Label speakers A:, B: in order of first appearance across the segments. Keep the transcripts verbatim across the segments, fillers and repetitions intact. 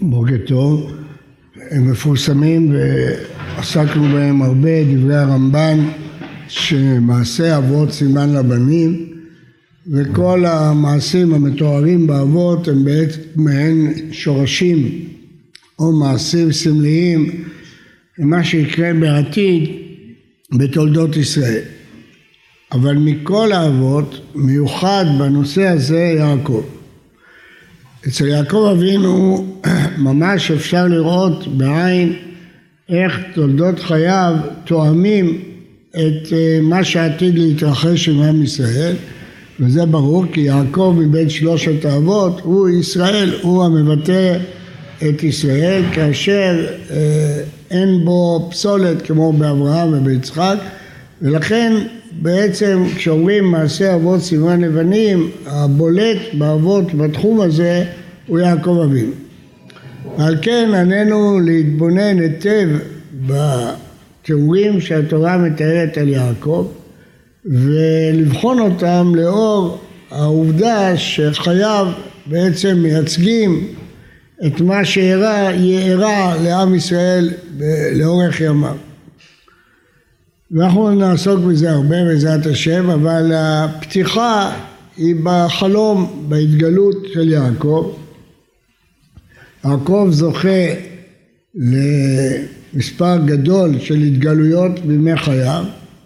A: בוקר טוב. הם מפורסמים ועסקנו בהם הרבה, דברי הרמב"ן שמעשה אבות סימן לבנים, וכל המעשים המתוארים באבות הם בעצם מעין שורשים או מעשים סמליים למה שיקרה בעתיד בתולדות ישראל. אבל מכל האבות מיוחד בנושא הזה יעקב. אצל יעקב אבינו ממש אפשר לראות בעין איך תולדות חייו תואמים את מה שעתיד להתרחש עם עם ישראל, וזה ברור כי יעקב מבין שלושת האבות הוא ישראל, הוא המבטא את ישראל, כאשר אה, אין בו פסולת כמו באברהם וביצחק, ולכן בעצם כשאומרים מעשה אבות סימן לבנים, הבולט באבות בתחום הזה הוא יעקב אבינו. על כן עלינו להתבונן היטב בתיאורים שהתורה מתארת על יעקב, ולבחון אותם לאור העובדה שחייו בעצם מייצגים את מה שאירע יארע לעם ישראל לאורך ימיו. ואנחנו נעסוק בזה הרבה בעזרת השם, אבל הפתיחה היא בחלום, בהתגלות של יעקב. יעקב זוכה למספר גדול של התגלויות בימי חייו,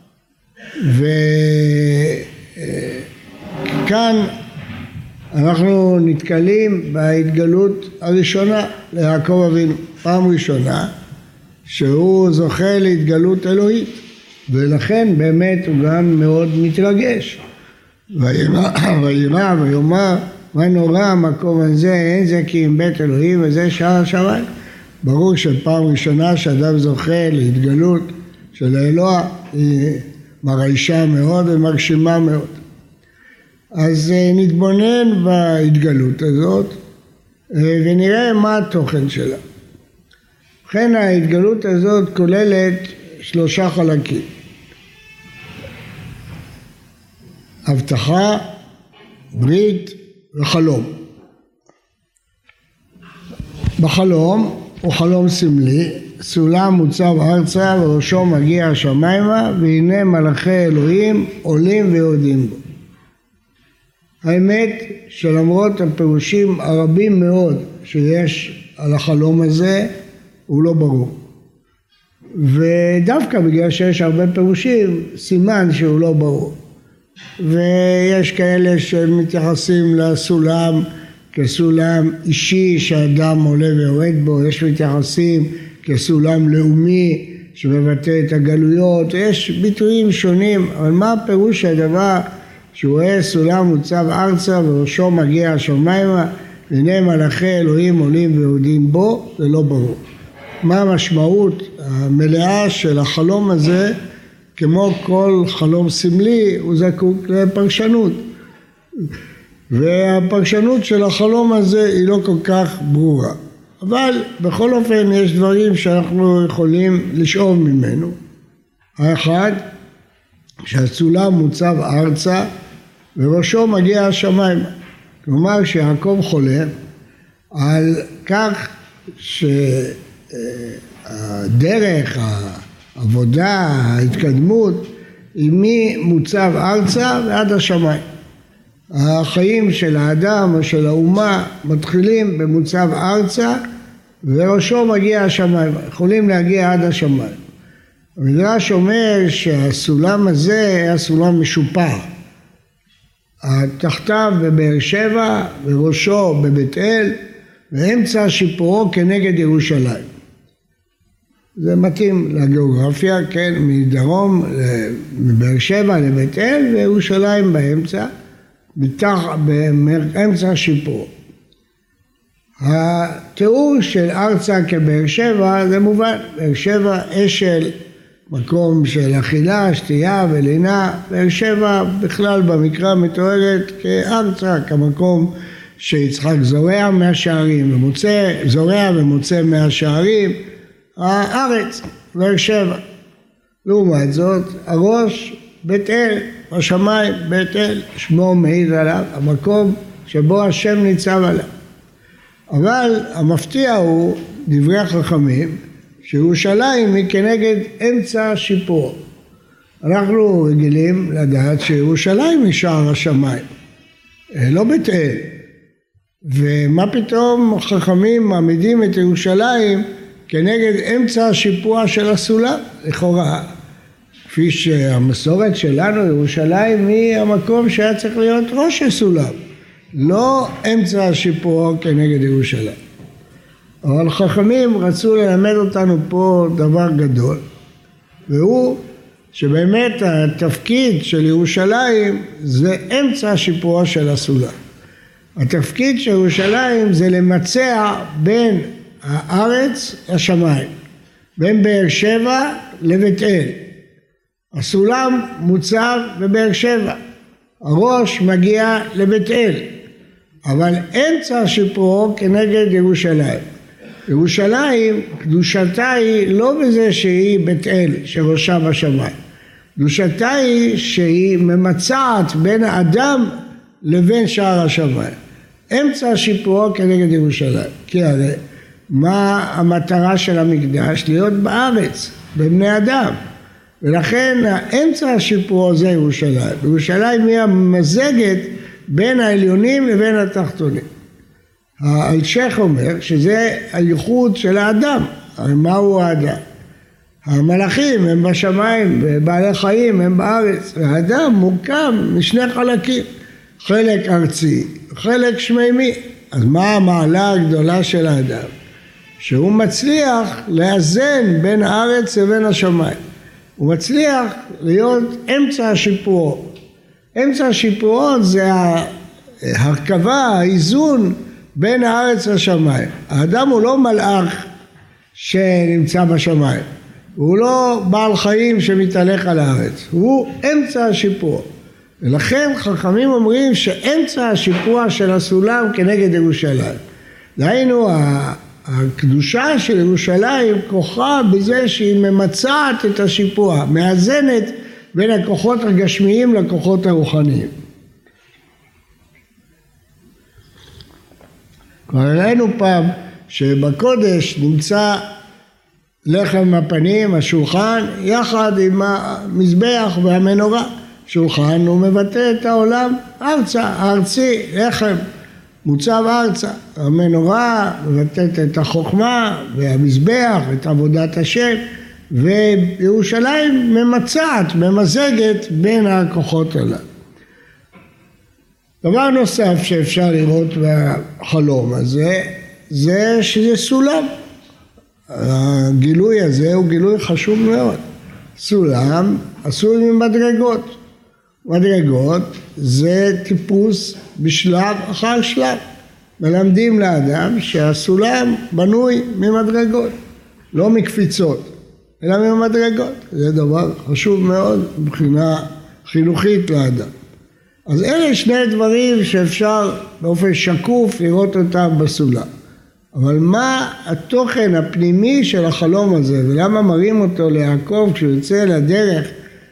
A: וכאן אנחנו נתקלים בהתגלות הראשונה ליעקב אבינו, פעם ראשונה שהוא זוכה להתגלות אלוהית, ולכן באמת הוא גם מאוד מתרגש. וירא ויאמר מה נורא המקום הזה, אין זה כי אם בית אלוהים וזה שער השמיים. ברור שפעם ראשונה שאדם זוכה להתגלות של האלוה היא מרעישה מאוד ומרשימה מאוד. אז נתבונן בהתגלות הזאת ונראה מה התוכן שלה. לכן ההתגלות הזאת כוללת שלושה חלקים: הבטחה, ברית וחלום. בחלום הוא חלום סמלי, סולם מוצב ארצה וראשו מגיע השמיימה, והנה מלאכי אלוהים עולים ויורדים בו. האמת שלמרות הפירושים הרבים מאוד שיש על החלום הזה, הוא לא ברור. ודווקא בגלל שיש הרבה פירושים, סימן שהוא לא ברור. ויש כאלה שמתייחסים לסולם כסולם אישי שאדם עולה ויורד בו, יש מתייחסים כסולם לאומי שמבטא את הגלויות, יש ביטויים שונים, אבל מה הפירוש הדבר שהוא רואה סולם מוצב ארצה וראשו מגיע השמיימה, והנה מלאכי אלוהים עולים ויורדים בו? זה לא ברור. מה המשמעות המלאה של החלום הזה? כמו כל חלום סמלי הוא זקוק לפרשנות, והפרשנות של החלום הזה היא לא כל כך ברורה, אבל בכל אופן יש דברים שאנחנו יכולים לשאוב ממנו. האחד, שהסולם מוצב ארצה וראשו מגיע השמיים, כלומר שיעקב חולם על כך שהדרך העבודה, ההתקדמות היא ממוצב ארצה ועד השמיים. החיים של האדם או של האומה מתחילים במוצב ארצה וראשו מגיע השמיים, יכולים להגיע עד השמיים. המדרש אומר שהסולם הזה היה סולם משופע, תחתיו בבאר שבע וראשו בבית אל ואמצע שיפורו כנגד ירושלים. זה מתאים לגיאוגרפיה, כן, מדרום, מבאר שבע לבית אל וירושלים באמצע, באמצע שיפורו. התיאור של ארצה כבאר שבע זה מובן, באר שבע אשל, מקום של אכילה, שתייה ולינה. באר שבע בכלל במקרא מתוארת כארצה, כמקום שיצחק זורע מהשערים ומוצא, זורע ומוצא מהשערים, הארץ, באר שבע. לעומת זאת, הראש בית אל, השמיים, בית אל, שמו מעיד עליו, המקום שבו השם ניצב עליו. אבל המפתיע הוא דברי החכמים שירושלים היא כנגד אמצע שיפור. אנחנו רגילים לדעת שירושלים היא שער השמיים, לא בית אל. ומה פתאום חכמים מעמידים את ירושלים כנגד אמצע השיפוע של הסולם? לכאורה, כפי שהמסורת שלנו, ירושלים היא המקום שהיה צריך להיות ראש הסולם, לא אמצע השיפוע כנגד ירושלים. אבל חכמים רצו ללמד אותנו פה דבר גדול, והוא שבאמת התפקיד של ירושלים זה אמצע השיפוע של הסולם. התפקיד של ירושלים זה למצע בין הארץ לשמיים, בין באר שבע לבית אל. הסולם מוצב בבאר שבע, הראש מגיע לבית אל, אבל אמצע השיפוע כנגד ירושלים. ירושלים, קדושתה היא לא בזה שהיא בית אל שראשה בשמיים. קדושתה היא שהיא ממצעת בין האדם לבין שער השמיים. אמצע השיפוע כנגד ירושלים. כי הרי מה המטרה של המקדש? להיות בארץ, בבני אדם. ולכן האמצע השיפוע זה ירושלים. ירושלים היא המזגת בין העליונים לבין התחתונים. האלשיך אומר שזה הייחוד של האדם. הרי מהו האדם? המלאכים הם בשמיים ובעלי חיים הם בארץ. האדם מורכב משני חלקים, חלק ארצי, חלק שמימי. אז מה המעלה הגדולה של האדם? שהוא מצליח לאזן בין הארץ לבין השמיים. הוא מצליח להיות אמצע השיפוע. אמצע השיפוע זה ההרכבה, האיזון בין הארץ לשמיים. האדם הוא לא מלאך שנמצא בשמיים. הוא לא בעל חיים שמתהלך על הארץ. הוא אמצע השיפוע. ולכן חכמים אומרים שאמצע השיפוע של הסולם כנגד ירושלים. דהיינו, הקדושה של ירושלים כוחה בזה שהיא ממצעת את השיפוע, מאזנת בין הכוחות הגשמיים לכוחות הרוחניים. כבר ראינו פעם שבקודש נמצא לחם הפנים, השולחן, יחד עם המזבח והמנורה. שולחן הוא מבטא את העולם ארצה, הארצי, לחם, מוצב ארצה. המנורה מבטאת את החוכמה והמזבח, את עבודת השם, וירושלים ממצעת, ממזגת בין הכוחות האלה. דבר נוסף שאפשר לראות בחלום הזה, זה שזה סולם. הגילוי הזה הוא גילוי חשוב מאוד. סולם עשוי ממדרגות. מדרגות זה טיפוס בשלב אחר שלב. מלמדים לאדם שהסולם בנוי ממדרגות, לא מקפיצות, אלא ממדרגות. זה דבר חשוב מאוד מבחינה חינוכית לאדם. אז אלה שני דברים שאפשר באופן שקוף לראות אותם בסולם. אבל מה התוכן הפנימי של החלום הזה, ולמה מראים אותו ליעקב כשהוא יוצא לדרך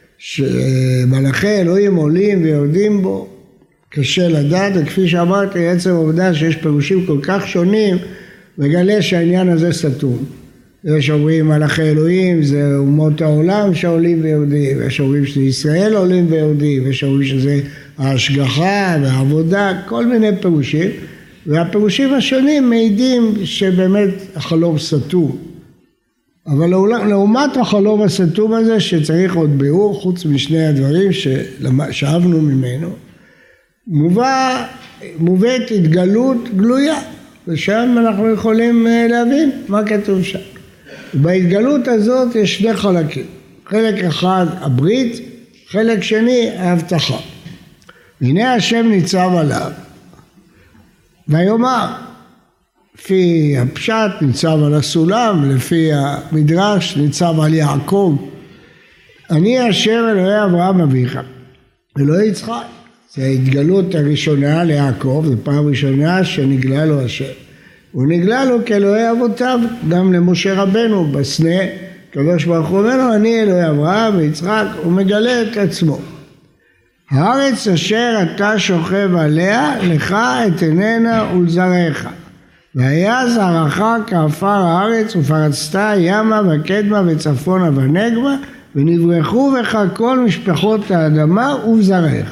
A: שמלאכי אלוהים עולים ויורדים בו? קשה לדעת, וכפי שאמרתי, עצם העובדה שיש פירושים כל כך שונים, מגלה שהעניין הזה סתום. יש אומרים מלאכי אלוהים זה אומות העולם שעולים ויורדים, יש אומרים שזה ישראל עולים ויורדים, יש אומרים שזה ההשגחה והעבודה, כל מיני פירושים, והפירושים השונים מעידים שבאמת החלום סתום. אבל לעומת החלום הסתום הזה שצריך עוד ביאור, חוץ משני הדברים ששאבנו ממנו, מובא, מובאת התגלות גלויה, ושם אנחנו יכולים להבין מה כתוב שם. בהתגלות הזאת יש שני חלקים, חלק אחד הברית, חלק שני ההבטחה. הנה השם ניצב עליו, ויאמר, לפי הפשט ניצב על הסולם, לפי המדרש ניצב על יעקב, אני השם אלוהי אברהם אביך, אלוהי יצחק. זה ההתגלות הראשונה ליעקב, זו פעם ראשונה שנגלה לו השם. הוא נגלה לו כאלוהי אבותיו, גם למשה רבנו בסנה, הקדוש ברוך הוא אומר לו, אני אלוהי אברהם ויצחק, הוא מגלה את עצמו. הארץ אשר אתה שוכב עליה, לך אתננה ולזרעך, והיה זרעך כעפר הארץ ופרצת ימה וקדמה וצפונה ונגבה ונברחו בך כל משפחות האדמה ובזרעך.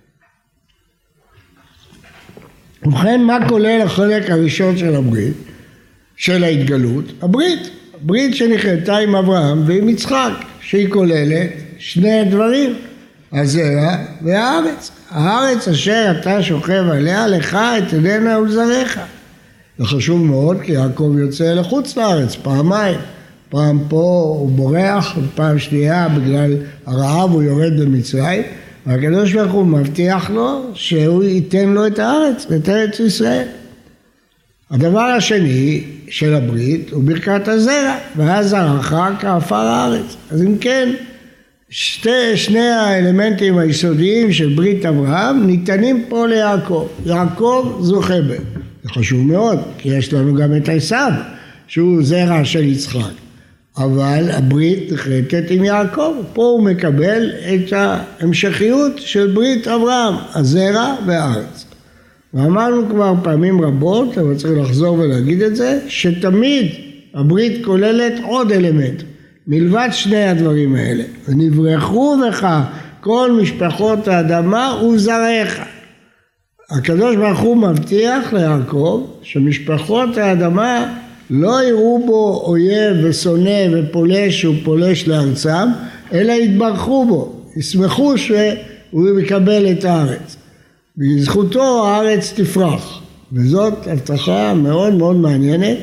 A: ובכן, מה כולל החלק הראשון של הברית, של ההתגלות? הברית, הברית שנחלטה עם אברהם ועם יצחק, שהיא כוללת שני דברים, הזרע והארץ. הארץ אשר אתה שוכב עליה, לך אתננה ולזרעך. זה חשוב מאוד, כי יעקב יוצא לחוץ לארץ פעמיים. פעם פה הוא בורח, ופעם שנייה בגלל הרעב הוא יורד למצרים. והקדוש ברוך הוא מבטיח לו שהוא ייתן לו את הארץ, את ארץ ישראל. הדבר השני של הברית הוא ברכת הזרע, ואז זרעך כעפר הארץ. אז אם כן, שתי, שני האלמנטים היסודיים של ברית אברהם ניתנים פה ליעקב. יעקב זוכה בהם. זה חשוב מאוד, כי יש לנו גם את עשיו, שהוא זרע של יצחק. אבל הברית נחלטת עם יעקב, פה הוא מקבל את ההמשכיות של ברית אברהם, הזרע והארץ. ואמרנו כבר פעמים רבות, אבל צריך לחזור ולהגיד את זה, שתמיד הברית כוללת עוד אלמנט, מלבד שני הדברים האלה. ונברחו בך כל משפחות האדמה וזרעך. הקדוש ברוך הוא מבטיח ליעקב שמשפחות האדמה לא יראו בו אויב ושונא ופולש שהוא פולש לארצם, אלא יתברכו בו, ישמחו שהוא מקבל את הארץ. בזכותו הארץ תפרח, וזאת הבטחה מאוד מאוד מעניינת,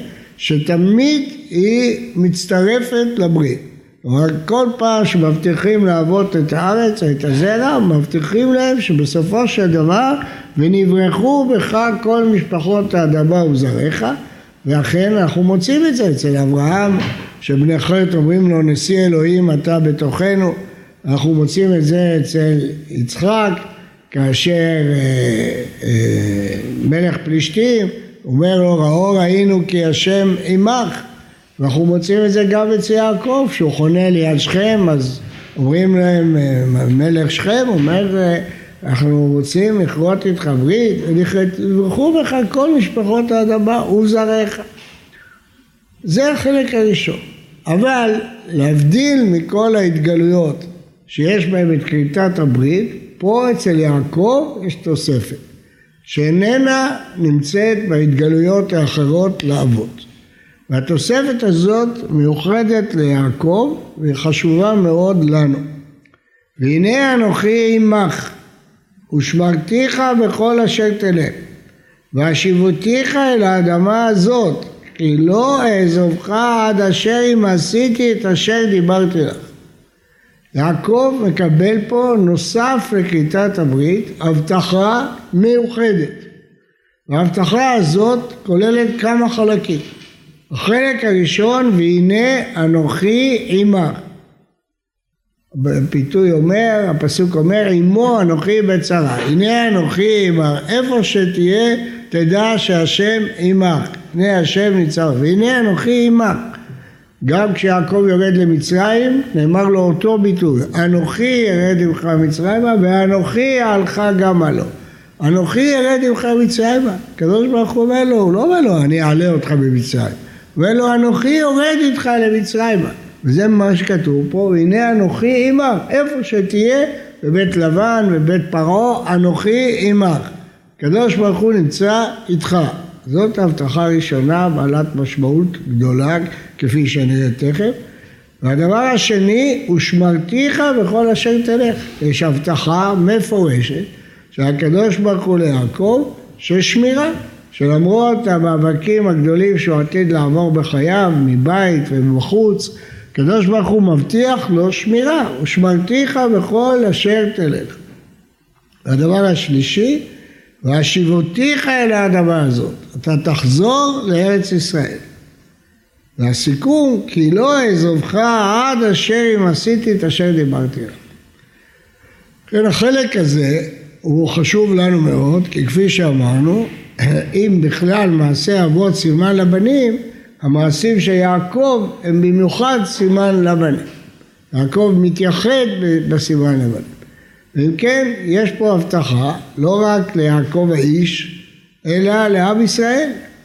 A: שתמיד היא מצטרפת לברית. אבל כל פעם שמבטיחים לעבוד את הארץ או את הזרע, מבטיחים להם שבסופו של דבר, ונברחו בך כל משפחות האדמה וזרעך, ואכן אנחנו מוצאים את זה אצל אברהם, שבני חטא אומרים לו נשיא אלוהים אתה בתוכנו. אנחנו מוצאים את זה אצל יצחק, כאשר אה, אה, מלך פלישתים אומר לו ראו ראינו כי השם עמך. ואנחנו מוצאים את זה גם אצל יעקב, שהוא חונה ליד שכם, אז אומרים להם מלך שכם, אומר אנחנו רוצים לכרות איתך ברית, וברכו בך כל משפחות האדמה וזרעך. זה החלק הראשון. אבל להבדיל מכל ההתגלויות שיש בהם את כריתת הברית, פה אצל יעקב יש תוספת, שאיננה נמצאת בהתגלויות האחרות לאבות. והתוספת הזאת מיוחדת ליעקב והיא חשובה מאוד לנו. והנה אנוכי עמך ושמרתיך בכל אשר תלך והשיבותיך אל האדמה הזאת כי לא אעזובך עד אשר אם עשיתי את אשר דיברתי לך. יעקב מקבל פה נוסף לכריתת הברית הבטחה מיוחדת, וההבטחה הזאת כוללת כמה חלקים. החלק הראשון והנה אנוכי עמך. הפיתוי אומר, הפסוק אומר עמו אנוכי בצרה. הנה אנוכי עמך, איפה שתהיה תדע שהשם עמך, הנה השם ניצב, והנה אנוכי עמך. גם כשיעקב יורד למצרים נאמר לו אותו ביטוי, אנוכי ירד עמך מצרימה ואנוכי אעלך גם עלו. אנוכי ירד עמך מצרימה. הקדוש ברוך הוא אומר לו, הוא לא אומר לו אני אעלה אותך במצרים, ולא אנוכי יורד איתך למצרימה. וזה מה שכתוב פה, והנה אנוכי עמך, איפה שתהיה בבית לבן ובית פרעה, אנוכי עמך. הקדוש ברוך הוא נמצא איתך. זאת ההבטחה הראשונה בעלת משמעות גדולה, כפי שנראה תכף. והדבר השני, ושמרתיך בכל אשר תלך. יש הבטחה מפורשת שהקדוש ברוך הוא ליעקב ששמירה. שלמרות המאבקים הגדולים שהוא עתיד לעבור בחייו, מבית ומחוץ, הקדוש ברוך הוא מבטיח לו שמירה, ושמרתיך בכל אשר תלך. הדבר השלישי, והשיבותיך אל האדמה הזאת, אתה תחזור לארץ ישראל. והסיכום, כי לא אעזובך עד אשר אם עשיתי את אשר דיברתי לך. כן, החלק הזה הוא חשוב לנו מאוד, כי כפי שאמרנו, אם בכלל מעשה אבות סימן לבנים, המעשים של יעקב הם במיוחד סימן לבנים. יעקב מתייחד בסימן לבנים. ואם כן, יש פה הבטחה לא רק ליעקב האיש, אלא לעם ישראל,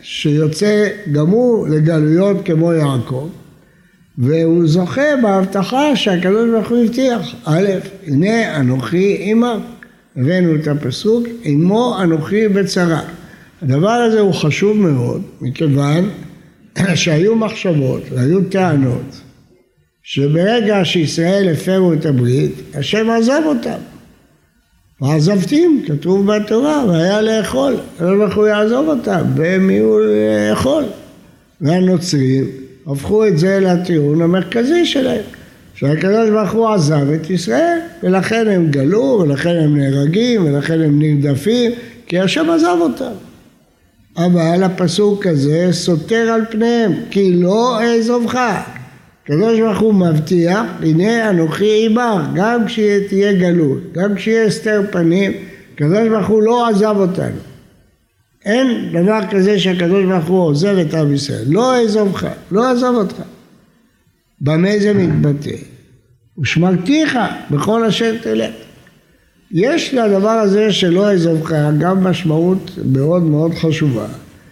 A: שיוצא גם הוא לגלויות כמו יעקב, והוא זוכה בהבטחה שהקדוש ברוך הוא הבטיח. א', הנה אנוכי עמך, הבאנו את הפסוק, עמו אנוכי בצרה. הדבר הזה הוא חשוב מאוד, מכיוון שהיו מחשבות והיו טענות, שברגע שישראל הפרו את הברית, השם עזב אותם. ועזבתים, כתוב בתורה, והיה לאכול, אבל הוא יעזוב אותם, והם יהיו לאכול. והנוצרים הפכו את זה לטיעון המרכזי שלהם, שהקדוש ברוך הוא עזב את ישראל, ולכן הם גלו, ולכן הם נהרגים, ולכן הם נרדפים, כי השם עזב אותם. אבל הפסוק הזה סותר על פניהם, כי לא אעזובך. הקדוש ברוך הוא מבטיח, הנה אנוכי עמך, גם כשתהיה גלות, גם כשיהיה הסתר פנים, הקדוש ברוך הוא לא עזב אותנו. אין דבר כזה שהקדוש ברוך הוא עוזב את עם ישראל, לא אעזובך, לא עזב אותך. במה זה מתבטא? ושמרתיך בכל אשר תלך. יש לדבר הזה שלא אעזובך גם משמעות מאוד מאוד חשובה,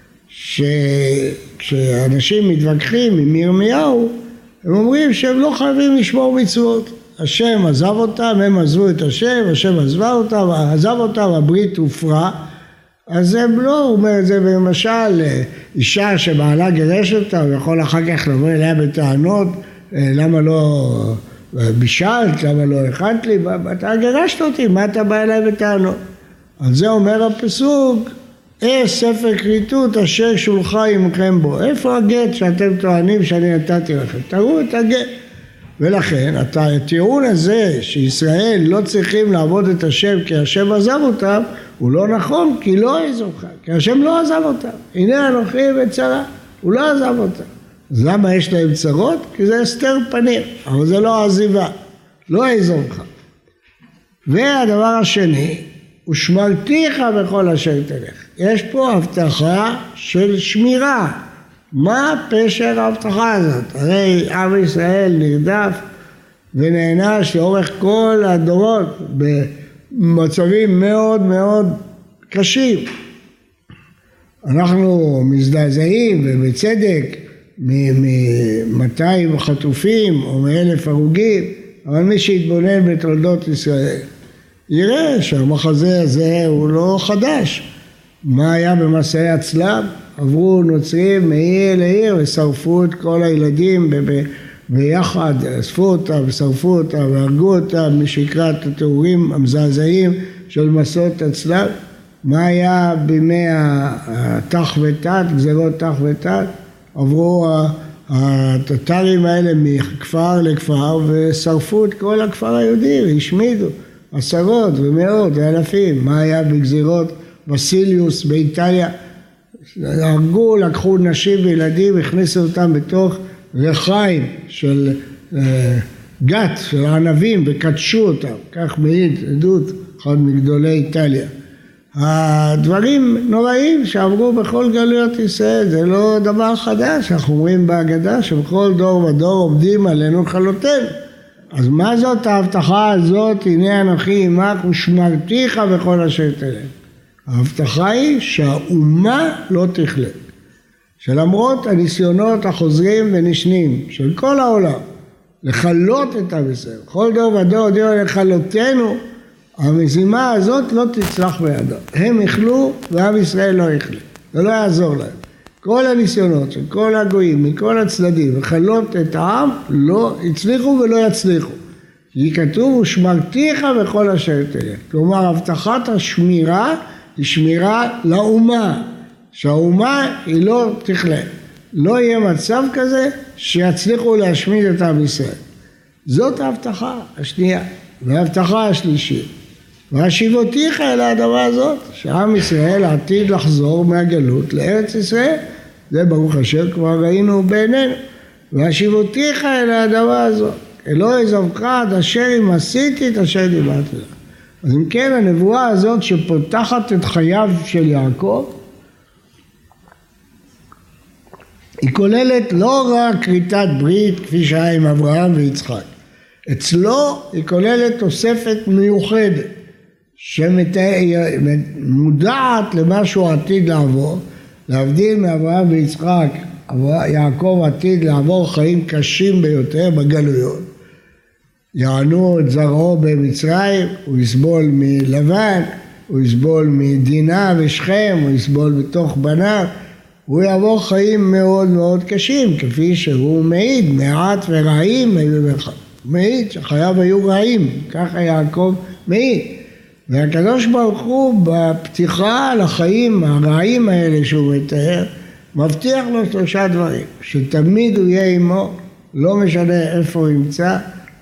A: שכשאנשים מתווכחים עם ירמיהו, הם אומרים שהם לא חייבים לשמור מצוות. השם עזב אותם, הם עזבו את השם, השם עזבה אותם, עזב אותם, הברית הופרה. אז הם לא, הוא אומר את זה במשל, אישה שבעלה גירש אותה, הוא יכול אחר כך לבוא אליה בטענות, למה לא בישלת, למה לא הכנת לי, אתה גירשת אותי, מה אתה בא אליי בטענות? על זה אומר הפסוק, אה ספר כריתות אשר שולחה עמכם בו. איפה הגט שאתם טוענים שאני נתתי לכם? תראו את הגט. ולכן הטיעון הזה שישראל לא צריכים לעבוד את השם כי השם עזב אותם, הוא לא נכון, כי לא יעזובך, כי השם לא עזב אותם. הנה אנוכי בצרה, הוא לא עזב אותם. אז למה יש להם צרות? כי זה הסתר פנים, אבל זה לא עזיבה, לא יעזובך. והדבר השני, ושמרתיך בכל אשר תלך. יש פה הבטחה של שמירה. מה פשר ההבטחה הזאת? הרי עם ישראל נרדף ונענש לאורך כל הדורות במצבים מאוד מאוד קשים. אנחנו מזדעזעים ובצדק מ-מאתיים חטופים או מאלף הרוגים, אבל מי שיתבונן בתולדות ישראל יראה שהמחזה הזה הוא לא חדש. מה היה במסעי הצלב? עברו נוצרים מעיר לעיר ושרפו את כל הילדים ב- ב- ביחד, אספו אותם ושרפו אותם והרגו אותם, מי שיקרא את התיאורים המזעזעים של מסעות הצלב. מה היה בימי התח ותת, גזרות תח ותת? עברו הטטרים האלה מכפר לכפר ושרפו את כל הכפר היהודי והשמידו עשרות ומאות ואלפים. מה היה בגזירות וסיליוס באיטליה? הרגו, לקחו נשים וילדים, הכניסו אותם בתוך ריחיים של אה, גת, של ענבים, וקדשו אותם. כך מעיד עדות אחד מגדולי איטליה. הדברים נוראים שעברו בכל גלויות ישראל, זה לא דבר חדש. אנחנו אומרים בהגדה שבכל דור ודור עומדים עלינו לכלותנו. אז מה זאת ההבטחה הזאת? הנה אנוכי עמך ושמרתיך בכל אשר תלך. ההבטחה היא שהאומה לא תכלה. שלמרות הניסיונות החוזרים ונשנים של כל העולם לכלות את עם ישראל, כל דור ודור הודיעו לכלותנו, המזימה הזאת לא תצלח בידם. הם יכלו ועם ישראל לא יכלה. זה לא יעזור להם. כל הניסיונות של כל הגויים מכל הצדדים לכלות את העם לא הצליחו ולא יצליחו. כי כתוב ושמרתיך בכל אשר תלך. כלומר הבטחת השמירה היא שמירה לאומה, שהאומה היא לא תכלה. לא יהיה מצב כזה שיצליחו להשמיד את עם ישראל. זאת ההבטחה השנייה. וההבטחה השלישית, והשיבותיך אל הדבר הזאת, שעם ישראל עתיד לחזור מהגלות לארץ ישראל. זה ברוך השם כבר ראינו בעינינו. והשיבותיך אל הדבר הזאת, אלוה יעזובך עד אשר אם עשיתי את אשר דיברתי לך. אז אם כן, הנבואה הזאת שפותחת את חייו של יעקב, היא כוללת לא רק כריתת ברית כפי שהיה עם אברהם ויצחק. אצלו היא כוללת תוספת מיוחדת, שמודעת למה שהוא עתיד לעבור, להבדיל מאברהם ויצחק, יעקב עתיד לעבור חיים קשים ביותר בגלויות. יענו את זרעו במצרים, הוא יסבול מלבן, הוא יסבול מדינה ושכם, הוא יסבול בתוך בניו, הוא יעבור חיים מאוד מאוד קשים, כפי שהוא מעיד, מעט ורעים, מעיד שחייו היו רעים, ככה יעקב מעיד. והקדוש ברוך הוא בפתיחה לחיים הרעים האלה שהוא מתאר, מבטיח לו שלושה דברים, שתמיד הוא יהיה עמו, לא משנה איפה הוא ימצא,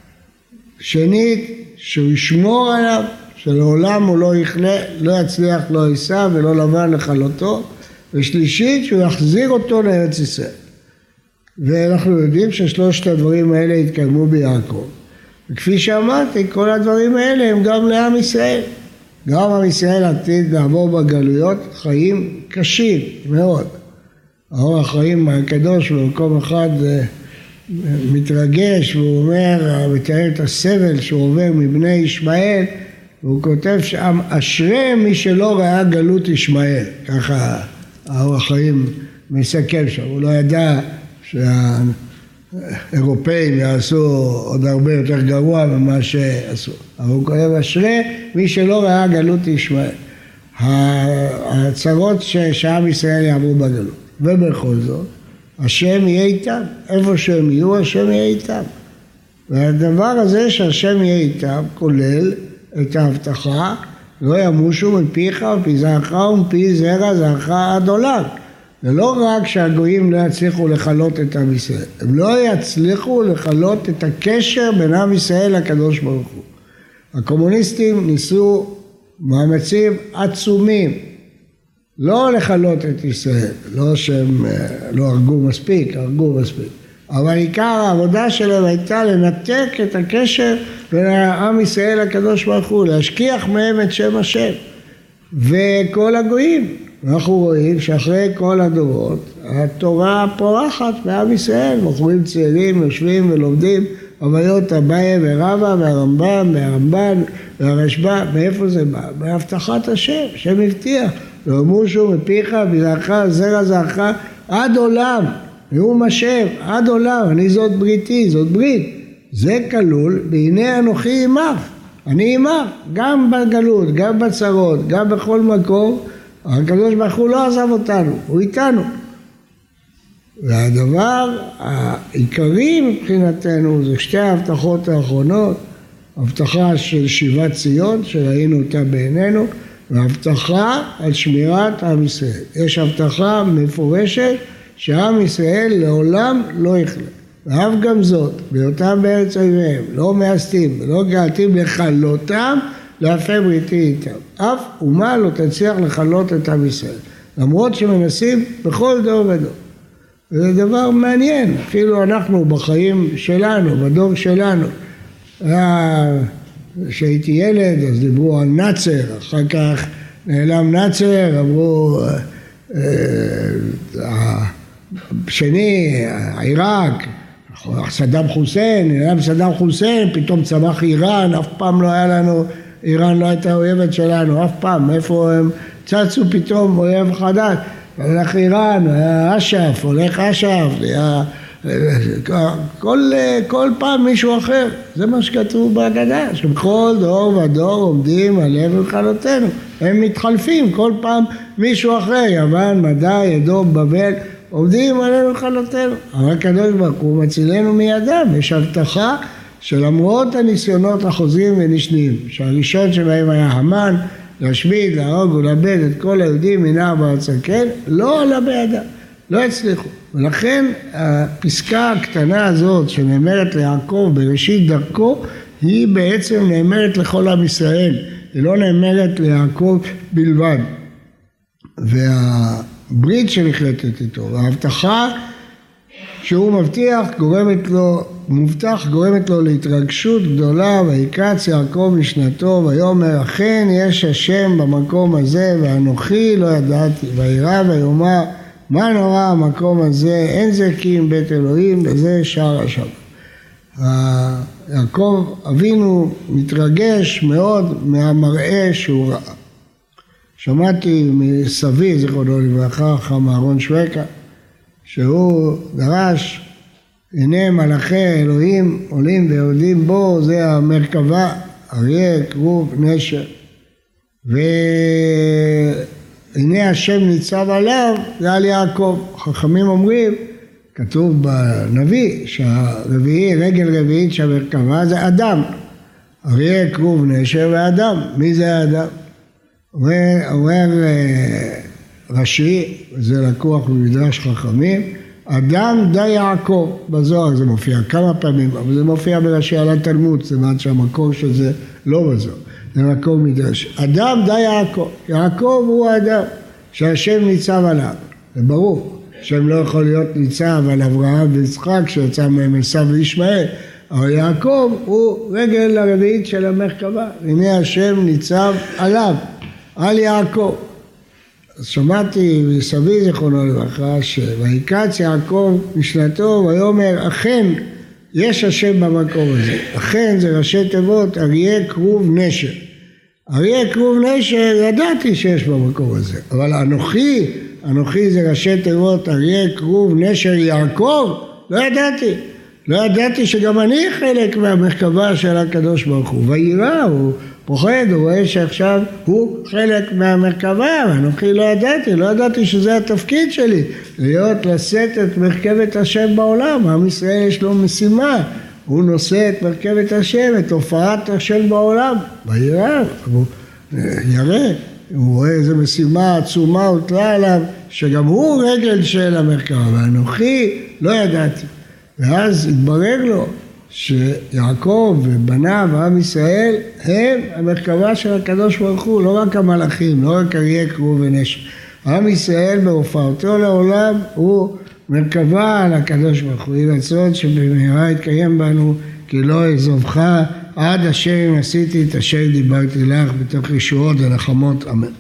A: שנית, שהוא ישמור עליו, שלעולם הוא לא יכלה, לא יצליח, לא יישא ולא לבן לכלותו, ושלישית, שהוא יחזיר אותו לארץ ישראל. ואנחנו יודעים ששלושת הדברים האלה התקיימו ביעקב. וכפי שאמרתי, כל הדברים האלה הם גם לעם ישראל. גם עם ישראל עתיד לעבור בגלויות חיים קשים מאוד. האור החיים הקדוש במקום אחד מתרגש, והוא אומר, מתאר את הסבל שהוא עובר מבני ישמעאל, והוא כותב שם, אשרי מי שלא ראה גלות ישמעאל. ככה האור החיים מסכם שם, הוא לא ידע שהאירופאים יעשו עוד הרבה יותר גרוע ממה שעשו. אבל הוא כותב, אשרי מי שלא ראה גלות ישמעאל. הצרות שעם ישראל יעברו בגלות. ובכל זאת, השם יהיה איתם. איפה שהם יהיו, השם יהיה איתם. והדבר הזה שהשם יהיה איתם כולל את ההבטחה, לא ימושו מפיך ומפי זרעך ומפי זרע זרעך עד עולם. זה לא רק שהגויים לא יצליחו לחלות את עם ישראל, הם לא יצליחו לחלות את הקשר בין עם ישראל לקדוש ברוך הוא. הקומוניסטים ניסו מאמצים עצומים לא לחלות את ישראל, לא שהם לא הרגו מספיק, הרגו מספיק. אבל עיקר העבודה שלהם הייתה לנתק את הקשר בין העם ישראל לקדוש ברוך הוא, להשכיח מהם את שם השם. וכל הגויים, אנחנו רואים שאחרי כל הדורות, התורה פורחת בעם ישראל, בחורים צעירים יושבים ולומדים, הוויות אביי ורבא והרמב"ם והרמב"ן והרשב"א, מאיפה זה בא? בהבטחת השם, השם הבטיח, לא ימושו מפיך וזרעך זרע זרעך עד עולם, נאום השם, עד עולם, אני זאת בריתי, זאת ברית. זה כלול, והנה אנוכי עמך, אני עמך, גם בגלות, גם בצרות, גם בכל מקום, הקדוש ברוך הוא לא עזב אותנו, הוא איתנו. והדבר העיקרי מבחינתנו זה שתי ההבטחות האחרונות, הבטחה של שיבת ציון, שראינו אותה בעינינו, והבטחה על שמירת עם ישראל. יש הבטחה מפורשת שעם ישראל לעולם לא יכלה. ואף גם זאת, בהיותם בארץ אויביהם, לא מאסתים ולא געלתים לכלותם, להפר בריתי איתם. אף אומה לא תצליח לכלות את עם ישראל, למרות שמנסים בכל דור ודור. וזה דבר מעניין, אפילו אנחנו בחיים שלנו, בדור שלנו. כשהייתי ילד, אז דיברו על נאצר, אחר כך נעלם נאצר, אמרו, שני, עיראק, סדאם חוסיין, נעלם סדאם חוסיין, פתאום צמח איראן, אף פעם לא היה לנו, איראן לא הייתה אויבת שלנו, אף פעם, איפה הם צצו פתאום אויב חדש, הולך איראן, אש"ף, הולך אש"ף, כל, כל פעם מישהו אחר, זה מה שכתוב בהגדה, שבכל דור ודור עומדים עליהם ולכלותנו, הם מתחלפים, כל פעם מישהו אחר, יוון, מדי, אדום, בבל, עומדים עלינו לכלותנו, אבל הקדוש ברוך הוא מצילנו מידם, יש הבטחה שלמרות הניסיונות החוזרים ונשנים, שהראשון שבהם היה המן, להשמיד, להרוג ולאבד את כל היהודים מנער בארץ כן, לא עלה בידם, לא הצליחו. ולכן הפסקה הקטנה הזאת שנאמרת ליעקב בראשית דרכו, היא בעצם נאמרת לכל עם ישראל, היא לא נאמרת ליעקב בלבד. והברית שנחלטת איתו, וההבטחה שהוא מבטיח גורמת לו, מובטח גורמת לו להתרגשות גדולה, ויקץ יעקב משנתו ויאמר אכן יש השם במקום הזה ואנוכי לא ידעתי, וירא ויאמר מה נורא המקום הזה, אין זה כי אם בית אלוהים וזה שער השם. יעקב אבינו מתרגש מאוד מהמראה שהוא ראה. שמעתי מסבי, זיכרונו לברכה, חכם אהרון שווקה, שהוא דרש, הנה מלאכי אלוהים עולים ויורדים בו, זה המרכבה, אריה, כרוב, נשר. והנה השם ניצב עליו, זה על יעקב. חכמים אומרים, כתוב בנביא, שהרביעי, רגל רביעית של המרכבה זה אדם. אריה, כרוב, נשר ואדם. מי זה האדם? אומר רש"י, וזה לקוח במדרש חכמים, אדם די יעקב, בזוהר זה מופיע כמה פעמים, אבל זה מופיע ברש"י על התלמוד, זה מעט שהמקור שזה לא בזוהר, זה מקור מדרש. אדם די יעקב, יעקב הוא האדם שהשם ניצב עליו, זה ברור, השם לא יכול להיות ניצב על אברהם ויצחק שיצא מהם עשיו וישמעאל, אבל יעקב הוא רגל הרביעית של המרכבה, הנה השם ניצב עליו, על יעקב. אז שמעתי מסבי זיכרונו לברכה שויקץ יעקב משנתו ויאמר אכן יש השם במקום הזה, אכן זה ראשי תיבות אריה כרוב נשר. אריה כרוב נשר ידעתי שיש במקום הזה, אבל אנוכי, אנוכי זה ראשי תיבות אריה כרוב נשר יעקב, לא ידעתי. לא ידעתי שגם אני חלק מהמרכבה של הקדוש ברוך הוא. וירא, הוא פוחד, הוא רואה שעכשיו הוא חלק מהמרכבה, ואנוכי לא ידעתי, לא ידעתי שזה התפקיד שלי, להיות לשאת את מרכבת השם בעולם. עם ישראל יש לו משימה, הוא נושא את מרכבת השם, את הופעת השם בעולם. וירא, הוא ירא, הוא רואה איזו משימה עצומה הוטלה עליו, שגם הוא רגל של המרכבה, ואנוכי לא ידעתי. ואז התברר לו שיעקב ובניו ועם ישראל הם המרכבה של הקדוש ברוך הוא, לא רק המלאכים, לא רק אריה כרוב ונשר. עם ישראל בהופעתו לעולם הוא מרכבה על הקדוש ברוך הוא. יהי רצון שבמהרה יתקיים בנו כי לא אעזובך עד אשר אם עשיתי את אשר דיברתי לך בתוך ישועות ונחמות, אמן.